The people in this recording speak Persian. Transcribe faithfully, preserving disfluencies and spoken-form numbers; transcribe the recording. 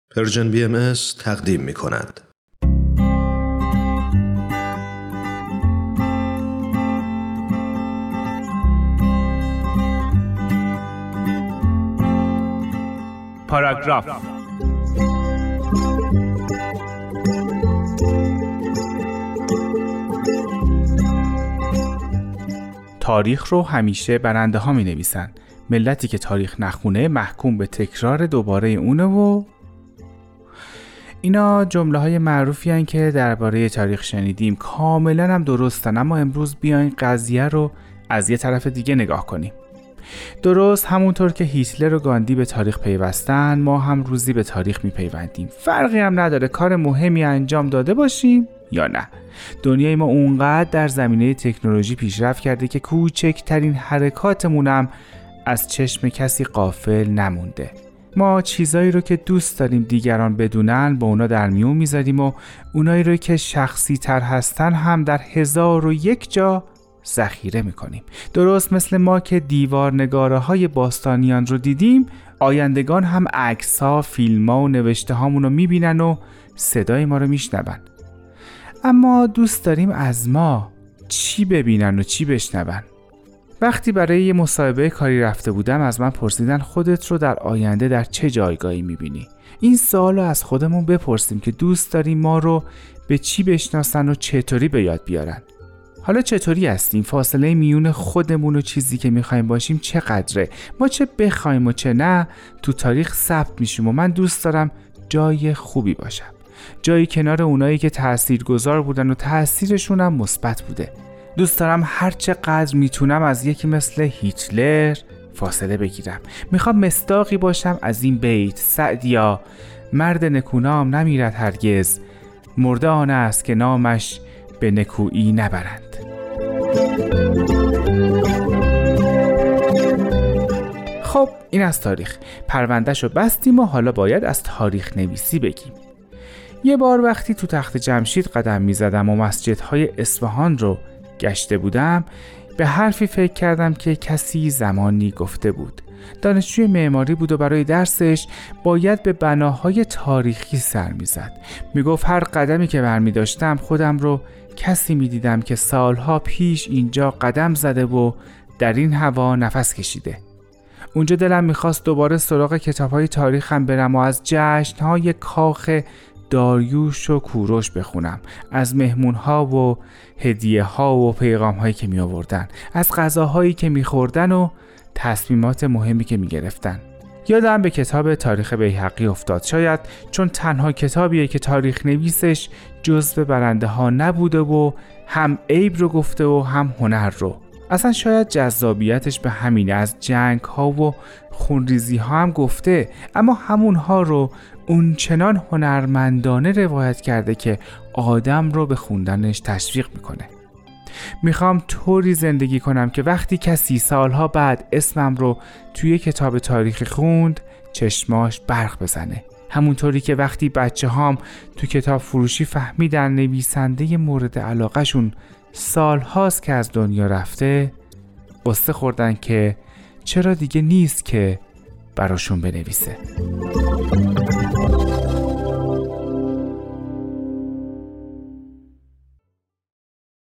پرژن بی ام اس تقدیم می کند. پاراگراف. تاریخ رو همیشه برنده ها می نویسن. ملتی که تاریخ نخونه محکوم به تکرار دوباره اونه و اینا جمله های معروفی هن که درباره تاریخ شنیدیم، کاملا هم درستن. اما امروز بیاین قضیه رو از یه طرف دیگه نگاه کنیم. درست همونطور که هیتلر و گاندی به تاریخ پیوستن، ما هم روزی به تاریخ میپیوندیم. فرقی هم نداره کار مهمی انجام داده باشیم یا نه. دنیای ما اونقدر در زمینه تکنولوژی پیشرفت کرده که کوچکترین حرکاتمون هم از چشم کسی غافل نمونده. ما چیزایی رو که دوست داریم دیگران بدونن با اونا در میون میذاریم و اونایی رو که شخصی تر هستن هم در هزار و یک جا ذخیره میکنیم. درست مثل ما که دیوار نگاره های باستانیان رو دیدیم، آیندگان هم عکس ها، فیلم ها و نوشته هامون رو میبینن و صدای ما رو میشنون. اما دوست داریم از ما چی ببینن و چی بشنون. وقتی برای یه مصاحبه کاری رفته بودم از من پرسیدن خودت رو در آینده در چه جایگاهی میبینی؟ این سوالو از خودمون بپرسیم که دوست داریم ما رو به چی بشناسن و چطوری به یاد بیارن. حالا چطوری هستیم؟ فاصله میون خودمون و چیزی که میخوایم باشیم چقدره؟ ما چه بخوایم و چه نه تو تاریخ ثبت میشیم و من دوست دارم جای خوبی باشم. جایی کنار اونایی که تاثیرگذار بودن و تاثیرشون هم مثبت بوده. دوست دارم هر چقدر میتونم از یکی مثل هیتلر فاصله بگیرم. میخوام مصداقی باشم از این بیت: سعدیا مرد نکونام نمیرد هرگز، مرده آن است که نامش به نکویی نبرند. خب این از تاریخ. پروندهشو بستیم و حالا باید از تاریخ نویسی بگیم. یه بار وقتی تو تخت جمشید قدم میزدم و مسجدهای اصفهان رو گشته بودم، به حرفی فکر کردم که کسی زمانی گفته بود. دانشجوی معماری بود و برای درسش باید به بناهای تاریخی سر میزد. میگفت هر قدمی که برمی داشتم خودم رو کسی میدیدم که سالها پیش اینجا قدم زده و در این هوا نفس کشیده. اونجا دلم میخواست دوباره سراغ کتابهای تاریخم برم و از جشنهای کاخ داریوش و کوروش بخونم، از مهمونها و هدیه ها و پیغام هایی که می آوردن، از غذاهایی که می خوردن و تصمیمات مهمی که می گرفتن. یادم به کتاب تاریخ بیهقی افتاد، شاید چون تنها کتابیه که تاریخ نویسش جزو برنده ها نبوده و هم عیب رو گفته و هم هنر رو. اصلا شاید جذابیتش به همینه. از جنگ ها و خونریزی ها هم گفته، اما همون ها رو اون چنان هنرمندانه روایت کرده که آدم رو به خوندنش تشویق میکنه. میخوام طوری زندگی کنم که وقتی کسی سالها بعد اسمم رو توی کتاب تاریخی خوند چشماش برق بزنه. همونطوری که وقتی بچه هام تو کتاب فروشی فهمیدن نویسنده مورد علاقه شون سال هاست که از دنیا رفته، قصه خوردن که چرا دیگه نیست که براشون بنویسه.